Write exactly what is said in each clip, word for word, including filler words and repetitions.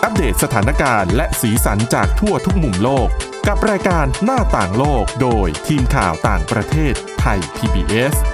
อัปเดตสถานการณ์และสีสันจากทั่วทุกมุมโลกกับรายการหน้าต่างโลกโดยทีมข่าวต่างประเทศไทย พี บี เอส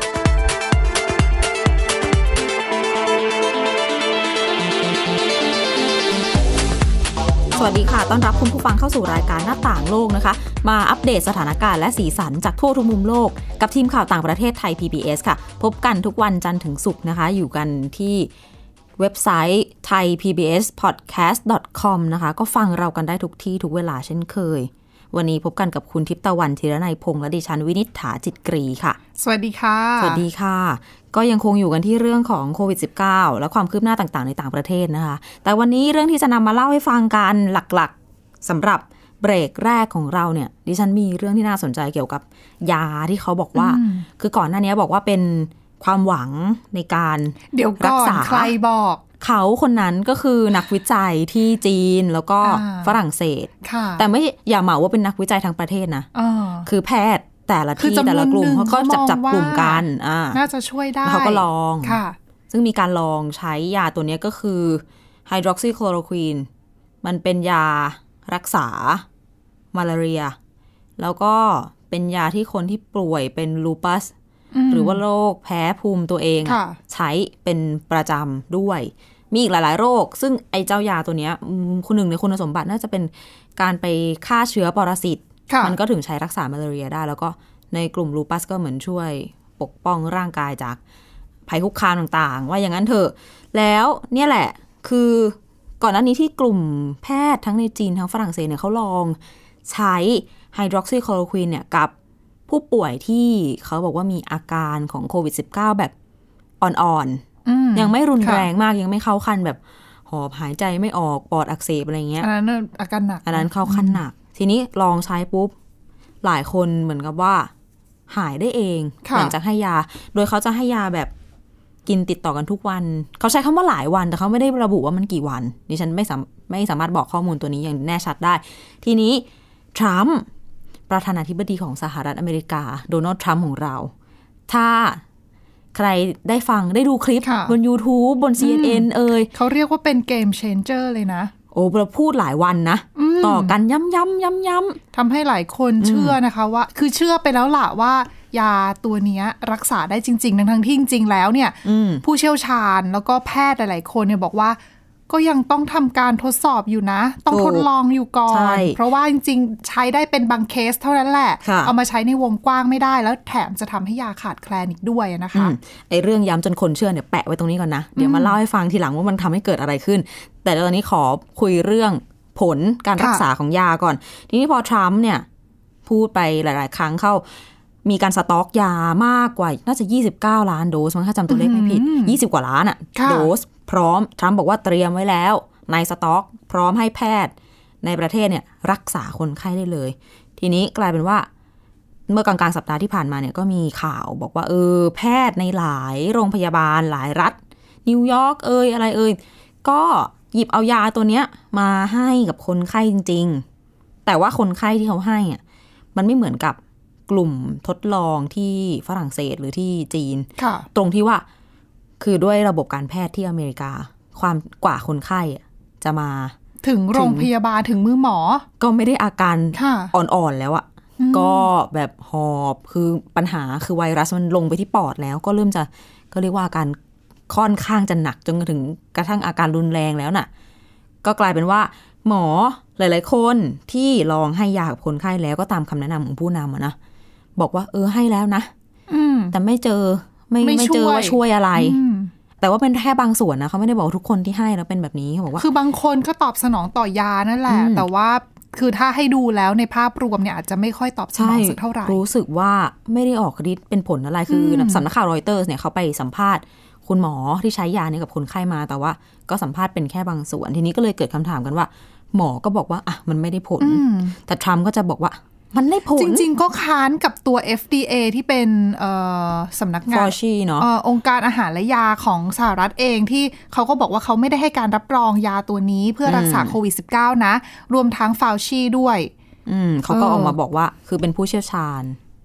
สวัสดีค่ะต้อนรับคุณผู้ฟังเข้าสู่รายการหน้าต่างโลกนะคะมาอัปเดตสถานการณ์และสีสันจากทั่วทุกมุมโลกกับทีมข่าวต่างประเทศไทย พี บี เอส ค่ะพบกันทุกวันจันทร์ถึงศุกร์นะคะอยู่กันที่เว็บไซต์ ไทย พี บี เอส พอดแคสต์ ดอท คอม นะคะก็ฟังเรากันได้ทุกที่ทุกเวลาเช่นเคยวันนี้พบกันกับคุณทิพย์ตะวันธีรนัยพงษ์และดิฉันวินิษฐาจิตกรีค่ะสวัสดีค่ะสวัสดีค่ะก็ยังคงอยู่กันที่เรื่องของโควิด สิบเก้า และความคืบหน้าต่างๆในต่างประเทศนะคะแต่วันนี้เรื่องที่จะนำมาเล่าให้ฟังกันหลักๆสำหรับเบรกแรกของเราเนี่ยดิฉันมีเรื่องที่น่าสนใจเกี่ยวกับยาที่เขาบอกว่าคือก่อนหน้านี้บอกว่าเป็นความหวังในการเดี๋ยวก่อนใครบอกเขาคนนั้นก็คือนักวิจัยที่จีนแล้วก็ฝรั่งเศสแต่ไม่อย่าเหมาว่าเป็นนักวิจัยทั้งประเทศนะคือแพทย์แต่ละที่แต่ละกลุ่มเขาก็จับจับกลุ่มกันน่าจะช่วยได้เขาก็ลองซึ่งมีการลองใช้ยาตัวนี้ก็คือไฮดรอกซีโคโรควีนมันเป็นยารักษามาลาเรียแล้วก็เป็นยาที่คนที่ป่วยเป็นลูปัสหรือว่าโรคแพ้ภูมิตัวเองใช้เป็นประจำด้วยมีอีกหลายๆโรคซึ่งไอ้เจ้ายาตัวนี้คุณหนึ่งในคุณสมบัติน่าจะเป็นการไปฆ่าเชื้อปรสิตมันก็ถึงใช้รักษามาลาเรียได้แล้วก็ในกลุ่มลูปัสก็เหมือนช่วยปกป้องร่างกายจากภัยคุกคามต่างๆว่าอย่างนั้นเถอะแล้วเนี่ยแหละคือก่อนหน้านี้ที่กลุ่มแพทย์ทั้งในจีนทั้งฝรั่งเศสเนี่ยเขาลองใช้ไฮดรอกซีโคโรควีนเนี่ยกับผู้ป่วยที่เขาบอกว่ามีอาการของโควิด สิบเก้า แบบอ่อนๆยังไม่รุนแรงมากยังไม่เข้าขั้นแบบหอบหายใจไม่ออกปอดอักเสบอะไรเงี้ยอันนั้นอาการหนักอันนั้นเข้าขั้นหนักทีนี้ลองใช้ปุ๊บหลายคนเหมือนกับว่าหายได้เองหลังจากให้ยาโดยเขาจะให้ยาแบบกินติดต่อกันทุกวันเขาใช้คำว่าหลายวันแต่เขาไม่ได้ระบุว่ามันกี่วันดิฉันไม่สามไม่สามารถบอกข้อมูลตัวนี้อย่างแน่ชัดได้ทีนี้ทรัมป์ประธานาธิบดีของสหรัฐอเมริกาโดนัลด์ทรัมป์ของเราถ้าใครได้ฟังได้ดูคลิปบน YouTube บน ซี เอ็น เอ็น เอ่ยเขาเรียกว่าเป็นเกมเชนเจอร์เลยนะโอ้เราพูดหลายวันนะต่อกันย้ำย้ำย้ำย้ำทำให้หลายคนเชื่อนะคะว่าคือเชื่อไปแล้วล่ะว่ายาตัวนี้รักษาได้จริงๆทั้งทั้งที่จริงๆแล้วเนี่ยผู้เชี่ยวชาญแล้วก็แพทย์หลายๆคนเนี่ยบอกว่าก็ยังต้องทำการทดสอบอยู่นะต้องทดลองอยู่ก่อนเพราะว่าจริงๆใช้ได้เป็นบางเคสเท่านั้นแหละเอามาใช้ในวงกว้างไม่ได้แล้วแถมจะทำให้ยาขาดแคลนอีกด้วยนะคะไอ้เรื่องย้ำจนคนเชื่อเนี่ยแปะไว้ตรงนี้ก่อนนะเดี๋ยวมาเล่าให้ฟังทีหลังว่ามันทำให้เกิดอะไรขึ้นแต่ตอนนี้ขอคุยเรื่องผลการรักษาของยาก่อนทีนี้พอทรัมป์เนี่ยพูดไปหลายๆครั้งเข้ามีการสต็อกยามากกว่าน่าจะยี่สิบเก้าล้านโดสมั้งถ้าจำตัวเลขไม่ผิดยี่สิบกว่าล้านอะโดสพร้อมทรัมป์บอกว่าเตรียมไว้แล้วในสต็อกพร้อมให้แพทย์ในประเทศเนี่ยรักษาคนไข้ได้เลยทีนี้กลายเป็นว่าเมื่อกลางๆสัปดาห์ที่ผ่านมาเนี่ยก็มีข่าวบอกว่าเออแพทย์ในหลายโรงพยาบาลหลายรัฐนิวยอร์กเอ่ยอะไรเอ่ยก็หยิบเอายาตัวเนี้ยมาให้กับคนไข้จริงๆแต่ว่าคนไข้ที่เขาให้อ่ะมันไม่เหมือนกับกลุ่มทดลองที่ฝรั่งเศสหรือที่จีนตรงที่ว่าคือด้วยระบบการแพทย์ที่อเมริกาความกว่าคนไข้จะมาถึงโรงพยาบาลถึงมือหมอก็ไม่ได้อาการอ่อนๆแล้วอะก็แบบหอบคือปัญหาคือไวรัสมันลงไปที่ปอดแล้วก็เริ่มจะก็เรียกว่าอาการค่อนข้างจะหนักจนถึงกระทั่งอาการรุนแรงแล้วน่ะก็กลายเป็นว่าหมอหลายๆคนที่ลองให้ยากับคนไข้แล้วก็ตามคำแนะนำของผู้นำอะนะบอกว่าเออให้แล้วนะแต่ไม่เจอไม่ไม่เจอว่าช่วยอะไรแต่ว่าเป็นแค่บางส่วนนะเขาไม่ได้บอกทุกคนที่ให้แล้วเป็นแบบนี้เขาบอกว่าคือบางคนก็ตอบสนองต่อยานั่นแหละแต่ว่าคือถ้าให้ดูแล้วในภาพรวมเนี่ยอาจจะไม่ค่อยตอบสนองสักเท่าไหร่รู้สึกว่าไม่ได้ออกฤทธิ์เป็นผลอะไรคือสำนักข่าวรอยเตอร์เนี่ยเขาไปสัมภาษณ์คุณหมอที่ใช้ยาเนี่ยกับคนไข้มาแต่ว่าก็สัมภาษณ์เป็นแค่บางส่วนทีนี้ก็เลยเกิดคำถามกันว่าหมอก็บอกว่าอ่ะมันไม่ได้ผลแต่ทรัมป์ก็จะบอกว่ามันได้ผลจริงๆก็ค้านกับตัว เอฟ ดี เอ ที่เป็นสำนักงาน Fauci เนาะองค์การอาหารและยาของสหรัฐเองที่เขาก็บอกว่าเขาไม่ได้ให้การรับรองยาตัวนี้เพื่อรักษาโควิด สิบเก้า นะรวมทั้ง Fauci ด้วยอืมเขาก็ออกมาบอกว่าคือเป็นผู้เชี่ยวชาญ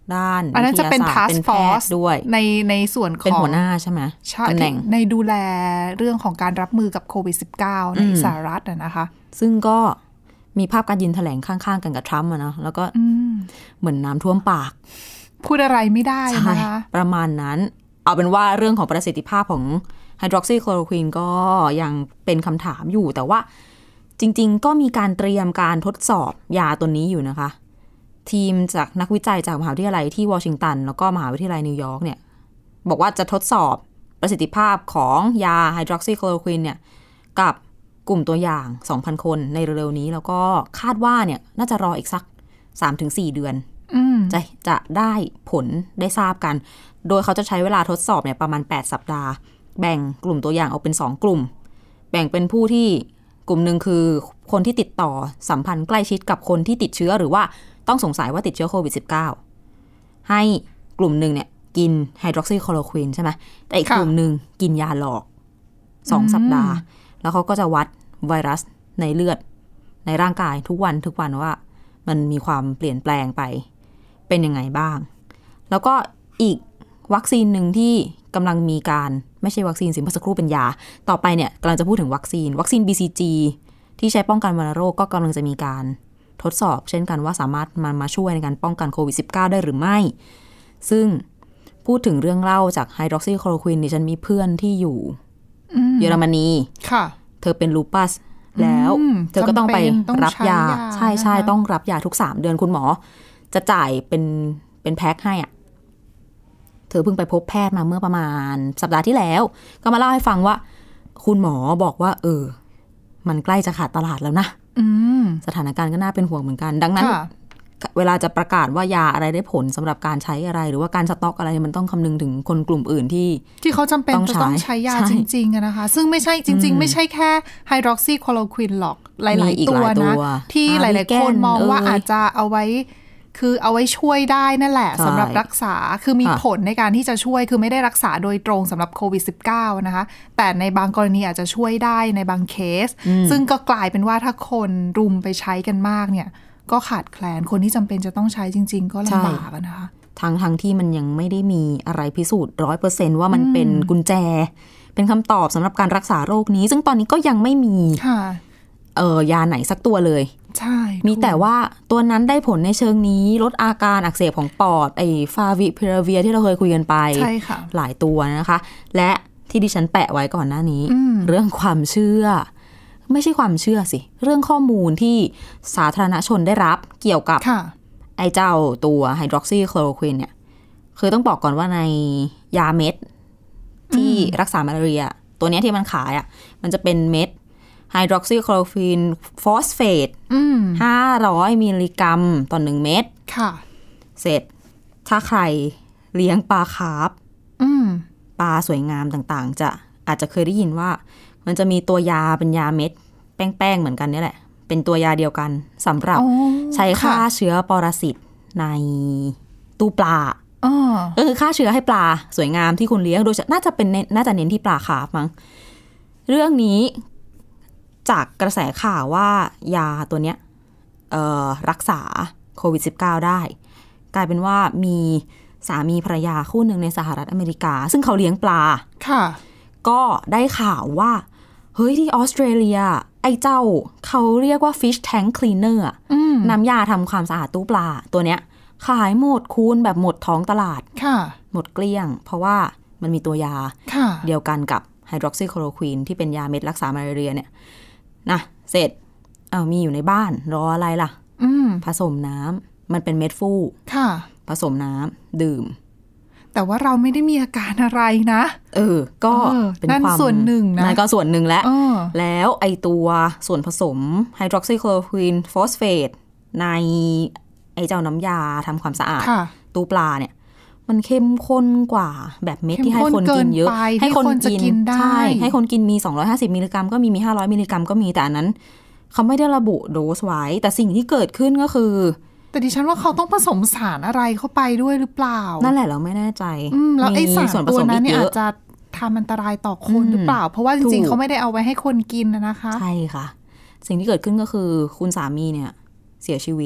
ด้านอันนั้นจะเป็น task เป็นแพท force ย์ด้วยในในส่วนของเป็นหัวหน้าใช่ไหมใช่ตำแหน่งในดูแลเรื่องของการรับมือกับโควิด สิบเก้า ในสหรัฐนะคะซึ่งก็มีภาพการยืนแถลงข้างๆกันกับทรัมป์อะเนาะแล้วก็เหมือนน้ำท่วมปากพูดอะไรไม่ได้นะคะประมาณนั้นเอาเป็นว่าเรื่องของประสิทธิภาพของไฮดรอกซีคลอโรควีนก็ยังเป็นคำถามอยู่แต่ว่าจริงๆก็มีการเตรียมการทดสอบยาตัวนี้อยู่นะคะทีมจากนักวิจัยจากมหาวิทยาลัยที่วอชิงตันแล้วก็มหาวิทยาลัยนิวยอร์กเนี่ยบอกว่าจะทดสอบประสิทธิภาพของยาไฮดรอกซีคลอโรควีนเนี่ยกับกลุ่มตัวอย่าง สองพัน คนในเร็วๆนี้แล้วก็คาดว่าเนี่ยน่าจะรออีกสัก สามถึงสี่ เดือนจะจะได้ผลได้ทราบกันโดยเขาจะใช้เวลาทดสอบเนี่ยประมาณแปดสัปดาห์แบ่งกลุ่มตัวอย่างออกเป็นสองกลุ่มแบ่งเป็นผู้ที่กลุ่มหนึ่งคือคนที่ติดต่อสัมพันธ์ใกล้ชิดกับคนที่ติดเชื้อหรือว่าต้องสงสัยว่าติดเชื้อโควิด สิบเก้า ให้กลุ่มหนึ่งเนี่ยกินไฮดรอกซีคลอโรควีนใช่ไหมแต่อีกกลุ่มหนึ่งกินยาหลอกสองสัปดาห์แล้วเขาก็จะวัดไวรัสในเลือดในร่างกายทุกวันทุกวันว่ามันมีความเปลี่ยนแปลงไปเป็นยังไงบ้างแล้วก็อีกวัคซีนหนึ่งที่กำลังมีการไม่ใช่วัคซีนสิเมื่อสักครู่เป็นยาต่อไปเนี่ยกำลังจะพูดถึงวัคซีนวัคซีน บี ซี จี ที่ใช้ป้องกันวัณโรคก็กำลังจะมีการทดสอบเช่นกันว่าสามารถมามาช่วยในการป้องกันโควิด สิบเก้า ได้หรือไม่ซึ่งพูดถึงเรื่องเล่าจากไฮดรอกซีคลอโรควีนดิฉันมีเพื่อนที่อยู่เยอรมนีค่ะเธอเป็นลูปัสแล้วเธอก็ต้องไปรับยาใช่ใช่ต้องรับยาทุกสามเดือนคุณหมอจะจ่ายเป็นเป็นแพ็คให้อ่ะเธอเพิ่งไปพบแพทย์มาเมื่อประมาณสัปดาห์ที่แล้วก็มาเล่าให้ฟังว่าคุณหมอบอกว่าเออมันใกล้จะขาดตลาดแล้วนะสถานการณ์ก็น่าเป็นห่วงเหมือนกันดังนั้นเวลาจะประกาศว่ายาอะไรได้ผลสำหรับการใช้อะไรหรือว่าการสต็อกอะไรมันต้องคำนึงถึงคนกลุ่มอื่นที่ที่เขาจำเป็นจะต้องใช้ยาจริงๆนะคะซึ่งไม่ใช่จริงๆไม่ใช่แค่ไฮดรอกซีคลอโรควีนหรอกหลายๆตัวนะที่หลายๆคนมองว่าอาจจะเอาไว้คือเอาไว้ช่วยได้นั่นแหละสำหรับรักษาคือมีผลในการที่จะช่วยคือไม่ได้รักษาโดยตรงสำหรับโควิด สิบเก้า นะคะแต่ในบางกรณีอาจจะช่วยได้ในบางเคสซึ่งก็กลายเป็นว่าถ้าคนรุมไปใช้กันมากเนี่ยก็ขาดแคลนคนที่จำเป็นจะต้องใช้จริงๆก็ลำบากนะคะทั้งทั้งที่มันยังไม่ได้มีอะไรพิสูจน์ ร้อยเปอร์เซ็นต์ ว่ามันเป็นกุญแจเป็นคำตอบสำหรับการรักษาโรคนี้ซึ่งตอนนี้ก็ยังไม่มีเออยาไหนสักตัวเลยใช่มีแต่ว่าตัวนั้นได้ผลในเชิงนี้ลดอาการอักเสบของปอดไอ้ฟาวิพิราเวียที่เราเคยคุยกันไปใช่ค่ะหลายตัวนะคะและที่ดิฉันแปะไว้ก่อนหน้านี้เรื่องความเชื่อไม่ใช่ความเชื่อสิเรื่องข้อมูลที่สาธารณชนได้รับเกี่ยวกับไอ้เจ้าตัวไฮดรอกซีคลอโรควีนเนี่ยคือต้องบอกก่อนว่าในยาเม็ดที่รักษามาลาเรียตัวนี้ที่มันขายอ่ะมันจะเป็นเม็ดไฮดรอกซีคลอโรควีนฟอสเฟตห้าร้อยมิลลิกรัมต่อหนึ่งเม็ดค่ะเสร็จถ้าใครเลี้ยงปลาคาร์ฟปลาสวยงามต่างๆจะอาจจะเคยได้ยินว่ามันจะมีตัวยาเป็นยาเม็ดแป้งๆเหมือนกันนี่แหละเป็นตัวยาเดียวกันสำหรับใช้ฆ่าเชื้อปรสิตในตู้ปลาก็คือฆ่าเชื้อให้ปลาสวยงามที่คุณเลี้ยงโดยน่าจะเป็นน่าจะเน้นที่ปลาคาร์ฟมั้งเรื่องนี้จากกระแสข่าวว่ายาตัวเนี้ยรักษาโควิด สิบเก้า ได้กลายเป็นว่ามีสามีภรรยาคู่หนึ่งในสหรัฐอเมริกาซึ่งเขาเลี้ยงปลาค่ะก็ได้ข่าวว่าเฮ้ยที่ออสเตรเลียไอ้เจ้าเขาเรียกว่า fish tank cleaner น้ำยาทำความสะอาดตู้ปลาตัวเนี้ยขายหมดคูณแบบหมดท้องตลาดหมดเกลี้ยงเพราะว่ามันมีตัวยาเดียวกันกับไฮดรอกซีคลอโรควีนที่เป็นยาเม็ดรักษามาลาเรียเนี่ยนะเสร็จเอามีอยู่ในบ้านรออะไรล่ะผสมน้ำมันเป็นเม็ดฟูผสมน้ำดื่มแต่ว่าเราไม่ได้มีอาการอะไรนะเออก็เป็นความส่วนหนึ่งนะนั่นก็ส่วนหนึ่งแล้วแล้วไอตัวส่วนผสมไฮดรอกซีคลอโรควีนฟอสเฟตในไอเจ้าน้ำยาทำความสะอาดตู้ปลาเนี่ยมันเข้มข้นกว่าแบบเม็ดที่ให้คนกินเยอะให้คนกินใช่ให้คนกินมีสองร้อยห้าสิบมิลลิกรัมก็มีมีห้าร้อยมิลลิกรัมก็มีแต่อันนั้นเขาไม่ได้ระบุโดสไว้แต่สิ่งที่เกิดขึ้นก็คือแต่ดิฉันว่าเขาต้องผสมสารอะไรเข้าไปด้วยหรือเปล่านั่นแหละเราไม่แน่ใจแล้วไอ้สารตัวนั้นเนี่ยอาจจะทำอันตรายต่อคนหรือเปล่าเพราะว่าจริงๆเขาไม่ได้เอาไว้ให้คนกินนะคะใช่ค่ะสิ่งที่เกิดขึ้นก็คือคุณสามีเนี่ยเสียชีวิต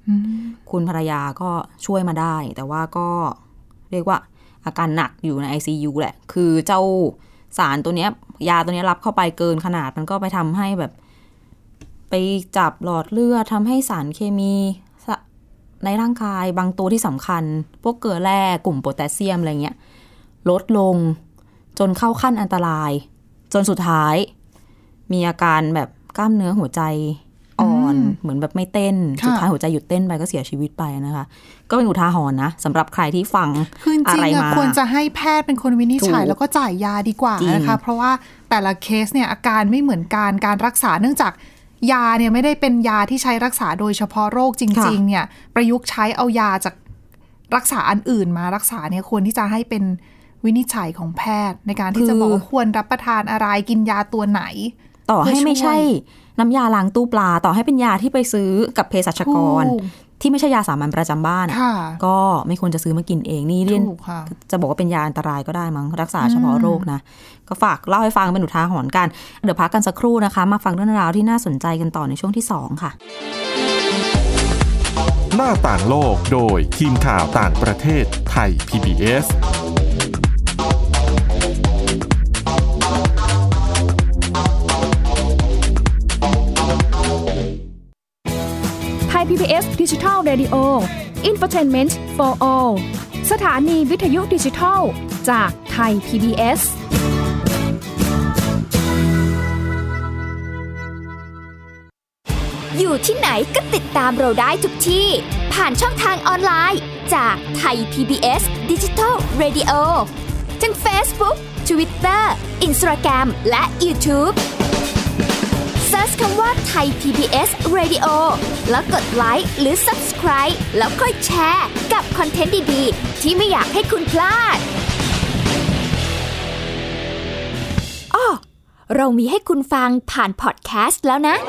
คุณภรรยาก็ช่วยมาได้แต่ว่าก็เรียกว่าอาการหนักอยู่ใน ไอ ซี ยู แหละคือเจ้าสารตัวเนี้ยยาตัวเนี้ยรับเข้าไปเกินขนาดมันก็ไปทำให้แบบไปจับหลอดเลือดทำให้สารเคมีในร่างกายบางตัวที่สำคัญพวกเกลือแร่กลุ่มโพแทสเซียมอะไรเงี้ยลดลงจนเข้าขั้นอันตรายจนสุดท้ายมีอาการแบบกล้ามเนื้อหัวใจอ่อนเหมือนแบบไม่เต้นสุดท้ายหัวใจหยุดเต้นไปก็เสียชีวิตไปนะคะก็เป็นอุทาหรณ์นะสำหรับใครที่ฟังอะไรมาควรจะให้แพทย์เป็นคนวินิจฉัยแล้วก็จ่ายยาดีกว่านะคะเพราะว่าแต่ละเคสเนี่ยอาการไม่เหมือนกันการรักษาเนื่องจากยาเนี่ยไม่ได้เป็นยาที่ใช้รักษาโดยเฉพาะโรคจริงๆเนี่ยประยุกต์ใช้เอายาจากรักษาอันอื่นมารักษาเนี่ยควรที่จะให้เป็นวินิจฉัยของแพทย์ในการที่จะบอกว่าควรรับประทานอะไรกินยาตัวไหนต่อให้ไม่ใช่น้ำยาล้างตู้ปลาต่อให้เป็นยาที่ไปซื้อกับเภสัชกรที่ไม่ใช่ยาสามัญประจำบ้านก็ไม่ควรจะซื้อมากินเองนี่เรียนจะบอกว่าเป็นยาอันตรายก็ได้มั้งรักษาเฉพาะโรคนะก็ฝากเล่าให้ฟังเป็นอุทาหรณ์กันเดี๋ยวพักกันสักครู่นะคะมาฟังเรื่องราวที่น่าสนใจกันต่อในช่วงที่สองค่ะหน้าต่างโลกโดยทีมข่าวต่างประเทศไทย พี บี เอสไทย พี บี เอส Digital Radio Infotainment for All สถานีวิทยุดิจิทัลจากไทย พี บี เอสอยู่ที่ไหนก็ติดตามเราได้ทุกที่ผ่านช่องทางออนไลน์จากไทย พี บี เอส Digital Radio ทั้ง Facebook, Twitter, Instagram และ YouTubeเซิร์ชคำว่าไทย พี บี เอส Radio แล้วกดไลค์หรือ Subscribe แล้วค่อยแชร์กับคอนเทนต์ดีๆที่ไม่อยากให้คุณพลาดอ้อเรามีให้คุณฟังผ่านพอดแคสต์แล้วนะ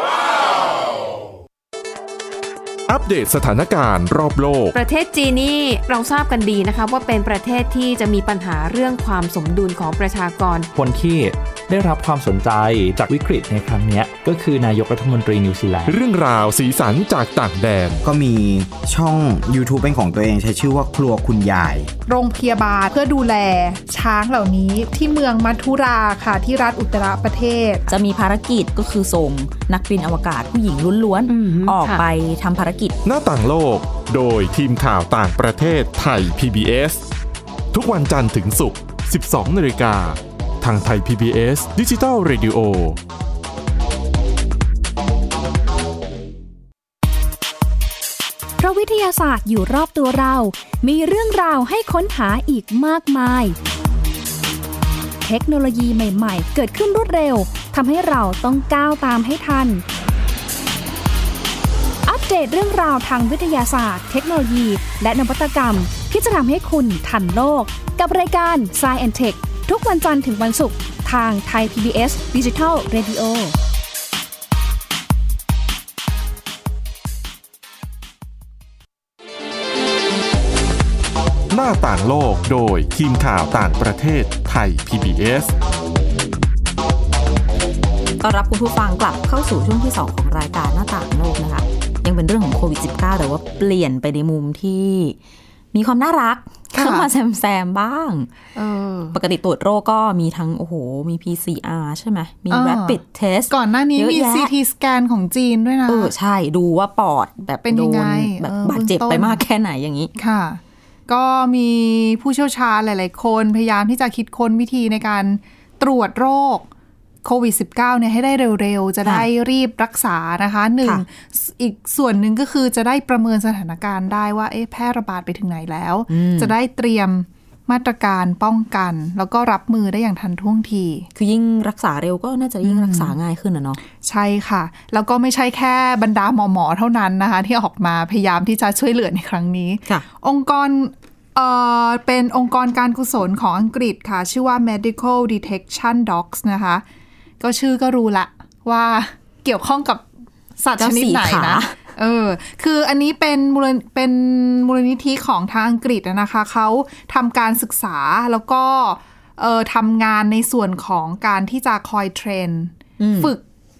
อัปเดตสถานการณ์รอบโลกประเทศจีนนี่เราทราบกันดีนะคะว่าเป็นประเทศที่จะมีปัญหาเรื่องความสมดุลของประชากรคนที่ได้รับความสนใจจากวิกฤตในครั้งนี้ก็คือนายกรัฐมนตรีนิวซีแลนด์เรื่องราวสีสันจากต่างแดนก็มีช่อง YouTube เป็นของตัวเองใช้ชื่อว่าครัวคุณยายโรงพยาบาลเพื่อดูแลช้างเหล่านี้ที่เมืองมัทุราค่ะที่รัฐอุตตรประเทศจะมีภารกิจก็คือส่งนักบินอวกาศผู้หญิงล้วนๆออกไปทำภารกิจหน้าต่างโลกโดยทีมข่าวต่างประเทศไทย พี บี เอส ทุกวันจันทร์ถึงศุกร์ สิบสองนาฬิกาทางไทย พี บี เอส Digital Radio เพราะวิทยาศาสตร์อยู่รอบตัวเรามีเรื่องราวให้ค้นหาอีกมากมายเทคโนโลยีใหม่ๆเกิดขึ้นรวดเร็วทำให้เราต้องก้าวตามให้ทันอัปเดตเรื่องราวทางวิทยาศาสตร์เทคโนโลยีและนวัตกรรมที่จะทำให้คุณทันโลกกับรายการ Science แอนด์ Tech ทุกวันจันทร์ถึงวันศุกร์ทางไทย พี บี เอส Digital Radio หน้าต่างโลกโดยทีมข่าวต่างประเทศไทย พี บี เอสต้อนรับคุณผู้ฟังกลับเข้าสู่ช่วงที่สองของรายการหน้าต่างโลกนะคะยังเป็นเรื่องของโควิด สิบเก้า แต่ว่าเปลี่ยนไปในมุมที่มีความน่ารักเข้ามาแซมๆบ้างปกติตรวจโรคก็มีทั้งโอ้โหมี พี ซี อาร์ ใช่ไหมมี Rapid Test ก่อนหน้านี้มี ซี ที Scan ของจีนด้วยนะเออใช่ดูว่าปอดแบบเป็นยังไงแบบบาดเจ็บไปมากแค่ไหนอย่างนี้ค่ะก็มีผู้เชี่ยวชาญหลายๆคนพยายามที่จะคิดค้นวิธีในการตรวจโรคโควิด สิบเก้า เนี่ยให้ได้เร็วๆจะได้รีบรักษานะคะหนึ่งอีกส่วนหนึ่งก็คือจะได้ประเมินสถานการณ์ได้ว่าเอ๊ะแพร่ระบาดไปถึงไหนแล้วจะได้เตรียมมาตรการป้องกันแล้วก็รับมือได้อย่างทันท่วงทีคือยิ่งรักษาเร็วก็น่าจะยิ่งรักษาง่ายขึ้นนะเนาะใช่ค่ะแล้วก็ไม่ใช่แค่บรรดาหมอๆเท่านั้นนะคะที่ออกมาพยายามที่จะช่วยเหลือในครั้งนี้องค์กรเอ่อเป็นองค์กรการกุศลของอังกฤษค่ะชื่อว่า Medical Detection Dogs นะคะก็ชื่อก็รู้ละว่าเกี่ยวข้องกับสัตว์ชนิดไหนนะเออคืออันนี้เป็นมูลเป็นมูลนิธิของทางอังกฤษนะคะเขาทำการศึกษาแล้วก็เอ่อทำงานในส่วนของการที่จะคอยเทรนฝึก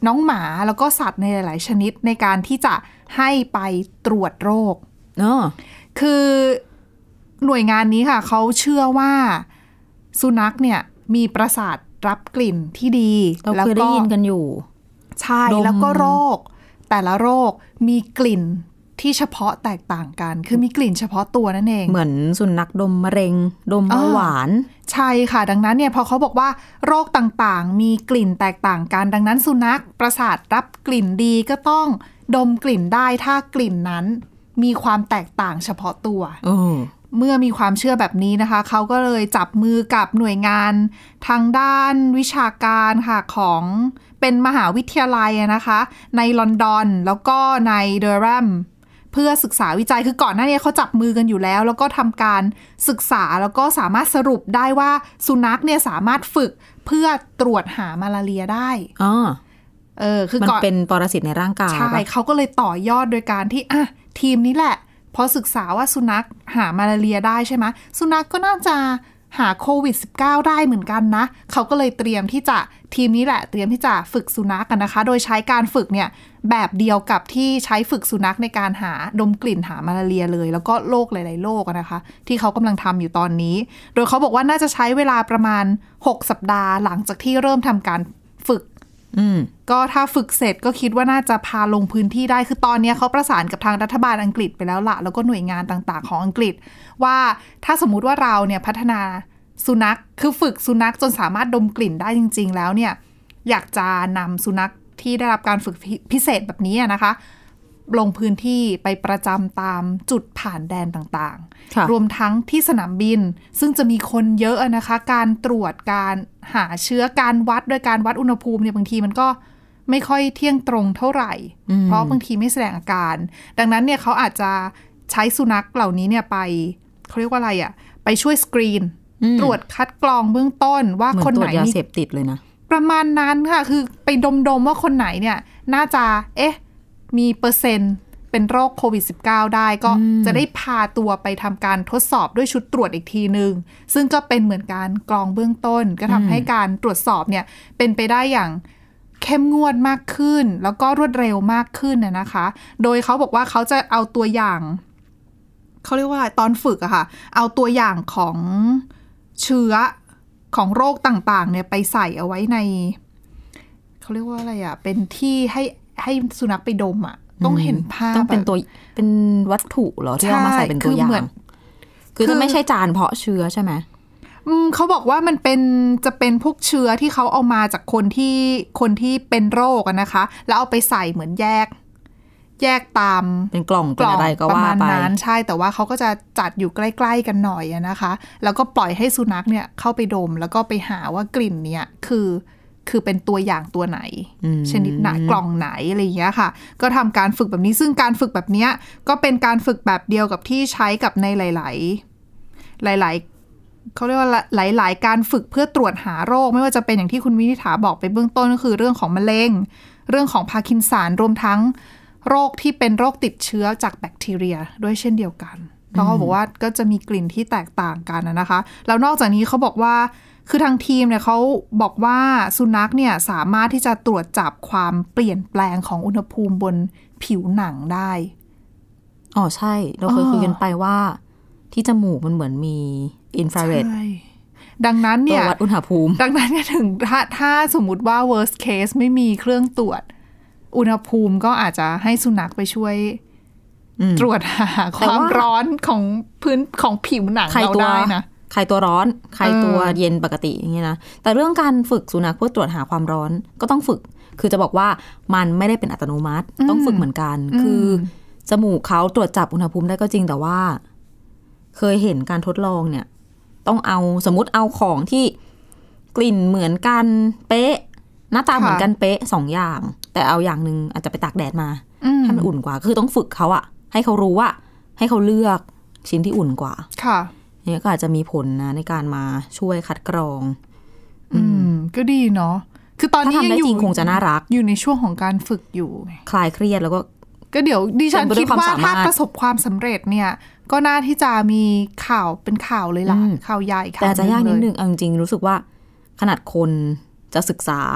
น้องหมาแล้วก็สัตว์ในหลายๆชนิดในการที่จะให้ไปตรวจโรคอ๋อคือหน่วยงานนี้ค่ะเขาเชื่อว่าสุนัขเนี่ยมีประสาทรับกลิ่นที่ดีเราเคยได้ยินกันอยู่ใช่แล้วก็โรคแต่ละโรคมีกลิ่นที่เฉพาะแตกต่างกันคือมีกลิ่นเฉพาะตัวนั่นเองเหมือนสุนัขดมมะเร็งดมเบาหวานใช่ค่ะดังนั้นเนี่ยพอเขาบอกว่าโรคต่างๆมีกลิ่นแตกต่างกันดังนั้นสุนัขประสาทรับกลิ่นดีก็ต้องดมกลิ่นได้ถ้ากลิ่นนั้นมีความแตกต่างเฉพาะตัวเมื่อมีความเชื่อแบบนี้นะคะเขาก็เลยจับมือกับหน่วยงานทางด้านวิชาการค่ะของเป็นมหาวิทยาลัยนะคะในลอนดอนแล้วก็ในเดอร์แรมเพื่อศึกษาวิจัยคือก่อนหน้านี้เขาจับมือกันอยู่แล้วแล้วก็ทำการศึกษาแล้วก็สามารถสรุปได้ว่าสุนัขเนี่ยสามารถฝึกเพื่อตรวจหามาลาเรียได้อ๋อเออคือมันเป็นปรสิตในร่างกายใช่เขาก็เลยต่อยอดโดยการที่อ่ะทีมนี้แหละพอศึกษาว่าสุนัขหามาลาเรียได้ใช่ไหมสุนัข ก, ก็น่าจะหาโควิด สิบเก้า ได้เหมือนกันนะเขาก็เลยเตรียมที่จะทีมนี้แหละเตรียมที่จะฝึกสุนัขกันนะคะโดยใช้การฝึกเนี่ยแบบเดียวกับที่ใช้ฝึกสุนัขในการหาดมกลิ่นหามาลาเรียเลยแล้วก็โรคหลายๆโรคนะคะที่เขากำลังทำอยู่ตอนนี้โดยเขาบอกว่าน่าจะใช้เวลาประมาณหกสัปดาห์หลังจากที่เริ่มทำการฝึกก็ถ้าฝึกเสร็จก็คิดว่าน่าจะพาลงพื้นที่ได้คือตอนนี้เขาประสานกับทางรัฐบาลอังกฤษไปแล้วละแล้วก็หน่วยงานต่างๆของอังกฤษว่าถ้าสมมุติว่าเราเนี่ยพัฒนาสุนัขคือฝึกสุนัขจนสามารถดมกลิ่นได้จริงๆแล้วเนี่ยอยากจะนำสุนัขที่ได้รับการฝึกพิเศษแบบนี้นะคะลงพื้นที่ไปประจำตามจุดผ่านแดนต่างๆรวมทั้งที่สนามบินซึ่งจะมีคนเยอะนะคะการตรวจการหาเชื้อการวัดโดยการวัดอุณหภูมิเนี่ยบางทีมันก็ไม่ค่อยเที่ยงตรงเท่าไหร่เพราะบางทีไม่แสดงอาการดังนั้นเนี่ยเขาอาจจะใช้สุนัขเหล่านี้เนี่ยไปเขาเรียกว่าอะไรอ่ะไปช่วยสกรีนตรวจคัดกรองเบื้องต้นว่าคนไหนมียาเสพติดเลยนะประมาณนั้นค่ะคือไปดมๆว่าคนไหนเนี่ยน่าจะเอ๊ะมีเปอร์เซ็นต์เป็นโรคโควิด สิบเก้า ได้ก็จะได้พาตัวไปทำการทดสอบด้วยชุดตรวจอีกทีนึงซึ่งก็เป็นเหมือนการกรองเบื้องต้นก็ทำให้การตรวจสอบเนี่ยเป็นไปได้อย่างเข้มงวดมากขึ้นแล้วก็รวดเร็วมากขึ้นนะคะโดยเขาบอกว่าเขาจะเอาตัวอย่างเขาเรียกว่าตอนฝึกอะค่ะเอาตัวอย่างของเชื้อของโรคต่างๆเนี่ยไปใส่เอาไว้ในเขาเรียกว่าอะไรอะเป็นที่ให้ให้สุนัขไปดมอ่ะต้องเห็นภาพต้องเป็นตัวเป็นวัตถุเหรอที่เอามาใส่เป็นตัวอย่างคือจะไม่ใช่จานเพาะเชื้อใช่ไหมเขาบอกว่ามันเป็นจะเป็นพวกเชื้อที่เขาเอามาจากคนที่คนที่เป็นโรคนะคะแล้วเอาไปใส่เหมือนแยกแยกตามเป็นกล่องกล่องอะไรก็ว่าไปนั้นใช่แต่ว่าเขาก็จะจัดอยู่ใกล้ๆกันหน่อยนะคะแล้วก็ปล่อยให้สุนัขเนี่ยเข้าไปดมแล้วก็ไปหาว่ากลิ่นเนี้ยคือคือเป็นตัวอย่างตัวไหนชนิดไหนกล่องไหนอะไรอย่างเงี้ยค่ะก็ทำการฝึกแบบนี้ซึ่งการฝึกแบบนี้ก็เป็นการฝึกแบบเดียวกับที่ใช้กับในหลายๆหลายๆเขาเรียกว่าหลายๆการฝึกเพื่อตรวจหาโรคไม่ว่าจะเป็นอย่างที่คุณวินิษฐาบอกไปเบื้องต้นก็คือเรื่องของมะเร็งเรื่องของพาร์กินสันรวมทั้งโรคที่เป็นโรคติดเชื้อจากแบคทีเรียด้วยเช่นเดียวกันแล้วเขาบอกว่าก็จะมีกลิ่นที่แตกต่างกันนะคะแล้วนอกจากนี้เขาบอกว่าคือทางทีมเนี่ยเขาบอกว่าสุนัขเนี่ยสามารถที่จะตรวจจับความเปลี่ยนแปลงของอุณหภูมิบนผิวหนังได้อ๋อใช่เราเคยคุยกันไปว่าที่จมูกมันเหมือนมีอินฟราเรดดังนั้นเนี่ยตัววัดอุณหภูมิดังนั้นเนี่ยถึงถ้าถ้าสมมุติว่า worst case ไม่มีเครื่องตรวจอุณหภูมิก็อาจจะให้สุนัขไปช่วยตรวจหาความร้อนของพื้นของผิวหนังเราได้นะใครตัวร้อนใครตัวเย็นปกติอย่างเงี้ยนะแต่เรื่องการฝึกสุนัขเพื่อตรวจหาความร้อนก็ต้องฝึกคือจะบอกว่ามันไม่ได้เป็นอัตโนมัติต้องฝึกเหมือนกันคือจมูกเขาตรวจจับอุณหภูมิได้ก็จริงแต่ว่าเคยเห็นการทดลองเนี่ยต้องเอาสมมุติเอาของที่กลิ่นเหมือนกันเป๊ะหน้าตาเหมือนกันเป๊ะสองอย่างแต่เอาอย่างนึงอาจจะไปตากแดดมาให้มันอุ่นกว่าคือต้องฝึกเขาอะให้เขารู้ว่าให้เขาเลือกชิ้นที่อุ่นกว่าค่ะนี่ก็อาจจะมีผลนะในการมาช่วยคัดกรองอืมก็ดีเนาะคือตอนนี้ยังอยู่คงจะน่ารักอยู่ในช่วงของการฝึกอยู่คลายเครียดแล้วก็ก็เดี๋ยวดิฉันคิดว่าถ้าประสบความสำเร็จเนี่ยก็น่าที่จะมีข่าวเป็นข่าวเลยล่ะข่าวใหญ่แต่จะยากนิดนึงจริงๆรู้สึกว่าขนาดคนจะศึกษา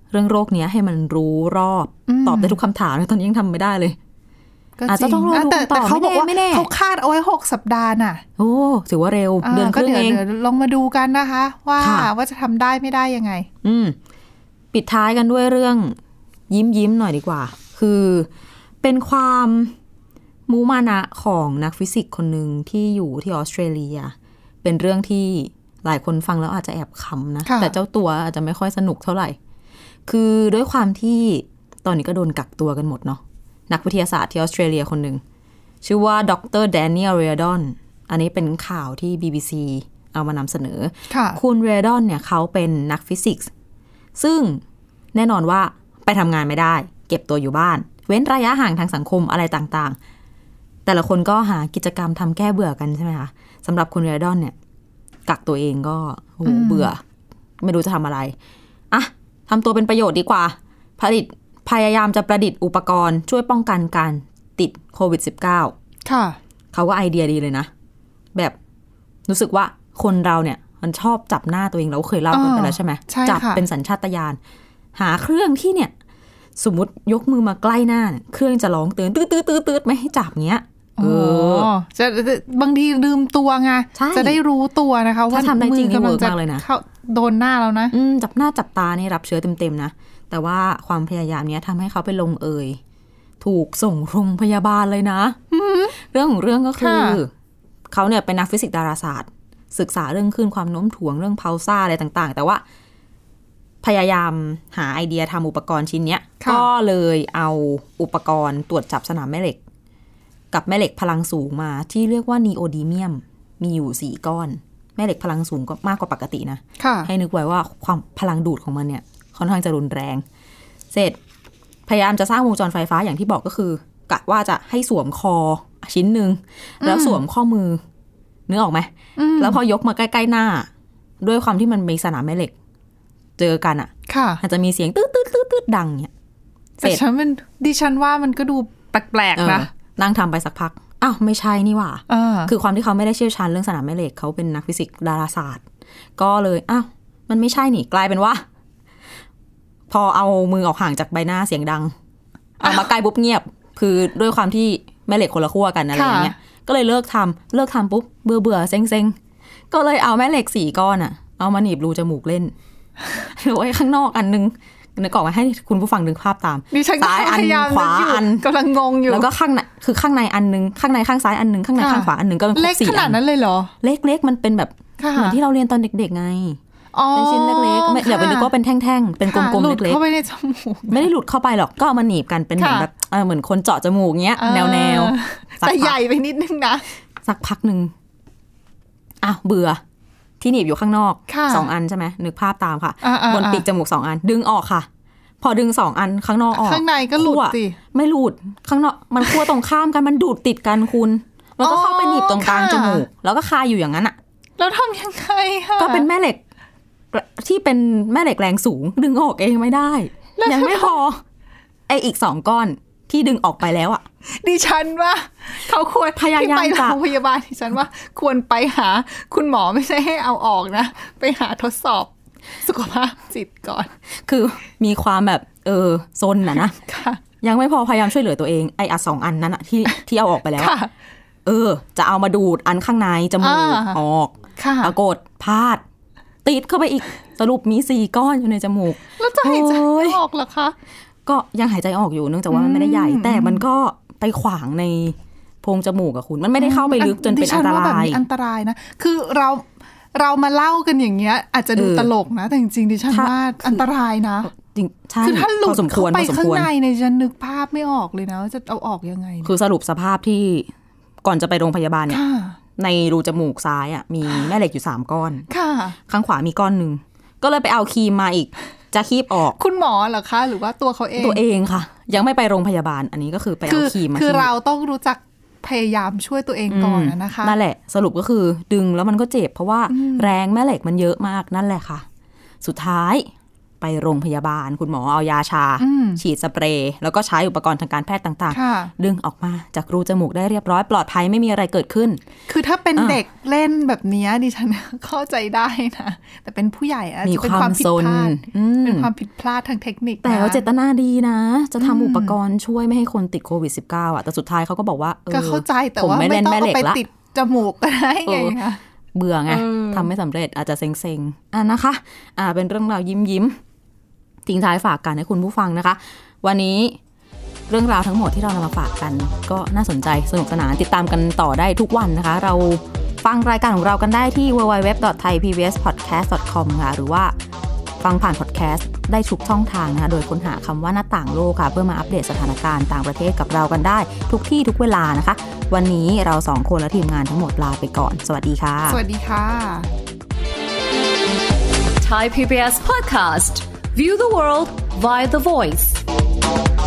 เรื่องโรคเนี้ยให้มันรู้รอบตอบได้ทุกคำถามตอนนี้ยังทำไม่ได้เลยอาจจะต้องรอดูต่อไม่แน่ไม่แน่เขาคาดเอาไว้หกสัปดาห์น่ะโอ้ถือว่าเร็วเดือนครึ่งเองลองมาดูกันนะคะว่าว่าจะทำได้ไม่ได้ยังไงอืมปิดท้ายกันด้วยเรื่องยิ้มยิ้มหน่อยดีกว่าคือเป็นความมุมานะของนักฟิสิกส์คนหนึ่งที่อยู่ที่ออสเตรเลียเป็นเรื่องที่หลายคนฟังแล้วอาจจะแอบขำนะแต่เจ้าตัวอาจจะไม่ค่อยสนุกเท่าไหร่คือด้วยความที่ตอนนี้ก็โดนกักตัวกันหมดเนาะนักวิทยาศาสตร์ที่ออสเตรเลียคนหนึ่งชื่อว่าดรแดเนียล เรดอนอันนี้เป็นข่าวที่ บี บี ซี เอามานำเสนอคุณเรดอนเนี่ยเขาเป็นนักฟิสิกส์ซึ่งแน่นอนว่าไปทำงานไม่ได้เก็บตัวอยู่บ้านเว้นระยะห่างทางสังคมอะไรต่างๆแต่ละคนก็หากิจกรรมทำแก้เบื่อกันใช่ไหมคะสำหรับคุณเรดอนเนี่ยกักตัวเองก็โหเบื่อไม่รู้จะทำอะไรอ่ะทำตัวเป็นประโยชน์ดีกว่าผลิตพยายามจะประดิษฐ์อุปกรณ์ช่วยป้องกันการติดโควิด สิบเก้า ค่ะเขาก็ไอเดียดีเลยนะแบบรู้สึกว่าคนเราเนี่ยมันชอบจับหน้าตัวเองเราเคยเล่ากันไปแล้วใช่ไหมจับเป็นสัญชาตญาณหาเครื่องที่เนี่ยสมมติยกมือมาใกล้หน้าเครื่องจะร้องเตือนตืดตืดตืดตืดไม่ให้จับเงี้ยเออจะบางทีลืมตัวไงจะได้รู้ตัวนะคะว่าทำได้จริงนี่เวิร์กมากเลยนะเขาโดนหน้าแล้วนะจับหน้าจับตานี่รับเชื้อเต็มๆนะแต่ว่าความพยายามนี้ทำให้เขาไปลงเอยถูกส่งโรงพยาบาลเลยนะเรื่องของเรื่องก็คือเขาเนี่ยเป็นนักฟิสิกส์ดาราศาสตร์ศึกษาเรื่องคลื่นความโน้มถ่วงเรื่องพาวซ่าอะไรต่างๆแต่ว่าพยายามหาไอเดียทำอุปกรณ์ชิ้นนี้ก็เลยเอาอุปกรณ์ตรวจจับสนามแม่เหล็กกับแม่เหล็กพลังสูงมาที่เรียกว่านีโอดีเมียมมีอยู่สี่ก้อนแม่เหล็กพลังสูงก็มากกว่าปกตินะให้นึกไว้ว่าความพลังดูดของมันเนี่ยค่อนข้างจะรุนแรงเสร็จพยายามจะสร้างวงจรไฟฟ้าอย่างที่บอกก็คือกะว่าจะให้สวมคอชิ้นหนึ่งแล้วสวมข้อมือนึกออกไหมแล้วพอยกมาใกล้ๆหน้าด้วยความที่มันมีสนามแม่เหล็กเจอกันอ่ะอาจจะมีเสียงตืดตืดตืดตืดดังเนี่ยแต่ฉันมันดิฉันว่ามันก็ดูแปลกๆนะนั่งทำไปสักพักอ้าวไม่ใช่นี่หว่าคือความที่เขาไม่ได้เชี่ยวชาญเรื่องสนามแม่เหล็กเขาเป็นนักฟิสิกส์ดาราศาสตร์ก็เลยอ้าวมันไม่ใช่นี่กลายเป็นว่าพอเอามือออกห่างจากใบหน้าเสียงดังเอามาใกล้ปุ๊บเงียบคือด้วยความที่แม่เหล็กคนละขั้วกันอะไรอย่างเงี้ยก็เลยเลิกทำเลิกทำปุ๊บเบื่อเบื่อเซ็งเซ็งก็เลยเอาแม่เหล็กสี่ก้อนอ่ะเอามาหนีบรูจมูกเล่นไว้ข้างนอกอันนึงนึกออกมาให้คุณผู้ฟังนึกภาพตามซ้ายอันขวาอันกำลังงงอยู่แล้วก็ข้างในคือข้างในอันนึงข้างในข้างซ้ายอันนึงข้างในข้างขวาอันนึงก็เป็นเล็กขนาดนั้นเลยเหรอเล็กๆมันเป็นแบบเหมือนที่เราเรียนตอนเด็กๆไงเป็นชิ้นเล็กๆอย่าไปนึกว่าเป็นแท่งๆเป็นกลมๆเล็กๆเข้าไปในจมูกไม่ได้หลุดเข้าไปหรอกก็เอามาหนีบกันเป็นเหมือนแบบเออเหมือนคนเจาะจมูกเงี้ยแนวๆแต่ใหญ่ไปนิดนึงนะสักพักนึงอ้าวเบื่อที่หนีบอยู่ข้างนอกสองอันใช่ไหมนึกภาพตามค่ะบนปีกจมูกสองอันดึงออกค่ะพอดึงสองอันข้างนอกออกข้างในก็หลุดสิไม่หลุดข้างนอกมันขั้วตรงข้ามกันมันดูดติดกันคุณแล้วก็เข้าไปหนีบตรงกลางจมูกแล้วก็คาอยู่อย่างนั้นอ่ะแล้วทำยังไงคะก็เป็นแม่เหล็กที่เป็นแม่เหล็กแรงสูงดึงออกเองไม่ได้ยังไม่พอไออีกสองก้อนที่ดึงออกไปแล้วอ่ะดิฉันว่าเขาควรพยายามไปโรงพยาบาลดิฉันว่าควรไปหาคุณหมอไม่ใช่ให้เอาออกนะไปหาทดสอบสุขภาพจิตก่อนคือมีความแบบเออซนนะนะยังไม่พอพยายามช่วยเหลือตัวเองไอ้อัดสองอันนั้นอะที่ที่เอาออกไปแล้วเออจะเอามาดูดอันข้างในจมูกออกปรากฏพลาดติดเข้าไปอีกสรุปมีสี่ก้อนอยู่ในจมูกแล้วจะหายใจออกเหรอคะก็ยังหายใจออกอยู่เนื่องจากว่ามันไม่ได้ใหญ่แต่มันก็ไปขวางในโพรงจมูกอะคุณมันไม่ได้เข้าไปลึกจนเป็นอันตรายอันตรายนะคือเราเรามาเล่ากันอย่างเงี้ยอาจจะดูตลกนะแต่จริงๆดิฉันว่าอันตรายนะจริงใช่คือถ้าหลุดเข้าไปข้างในในฉันนึกภาพไม่ออกเลยนะว่าจะเอาออกยังไงคือสรุปสภาพที่ก่อนจะไปโรงพยาบาลเนี่ยในรูจมูกซ้ายอ่ะมีแม่เหล็กอยู่สามก้อนข้างขวามีก้อนนึงก็เลยไปเอาครีมมาอีกจะคีบออกคุณหมอเหรอคะหรือว่าตัวเขาเองตัวเองค่ะยังไม่ไปโรงพยาบาลอันนี้ก็คือไปเอาครีมมาคือเราต้องรู้จักพยายามช่วยตัวเองก่อนนะคะนั่นแหละสรุปก็คือดึงแล้วมันก็เจ็บเพราะว่าแรงแม่เหล็กมันเยอะมากนั่นแหละค่ะสุดท้ายไปโรงพยาบาลคุณหมอเอายาชาฉีดสเปรย์แล้วก็ใช้อุปกรณ์ทางการแพทย์ต่างๆดึงออกมาจากรูจมูกได้เรียบร้อยปลอดภัยไม่มีอะไรเกิดขึ้นคือถ้าเป็นเด็กเล่นแบบนี้ดิฉันเข้าใจได้นะแต่เป็นผู้ใหญ่อาจจะเป็นความผิดพลาดเป็นความผิดพลาดทางเทคนิคแต่เจตนาดีนะจะทำอุปกรณ์ช่วยไม่ให้คนติดโควิด สิบเก้า อ่ะแต่สุดท้ายเขาก็บอกว่าก็เข้าใจแต่ว่าไม่ต้องเอาไปติดจมูกก็ได้ไงคะเบื่อไงทำไม่สำเร็จอาจจะเซ็งๆอ่ะนะคะอ่าเป็นเรื่องราวยิ้มยิ้มทิ้งท้ายฝากกันให้คุณผู้ฟังนะคะวันนี้เรื่องราวทั้งหมดที่เรานำมาฝากกันก็น่าสนใจสนุกสนานติดตามกันต่อได้ทุกวันนะคะเราฟังรายการของเรากันได้ที่ ดับเบิลยู ดับเบิลยู ดับเบิลยู ดอท ไทย พี บี เอส พอดแคสต์ ดอท คอม ค่ะหรือว่าฟังผ่านพอดแคสต์ได้ทุกช่องทางนะคะโดยค้นหาคำว่าหน้าต่างโลกค่ะเพื่อมาอัปเดตสถานการณ์ต่างประเทศกับเรากันได้ทุกที่ทุกเวลานะคะวันนี้เราสองคนและทีมงานทั้งหมดลาไปก่อนสวัสดีค่ะสวัสดีค่ะ Thai พี บี เอส Podcast View the world via the voice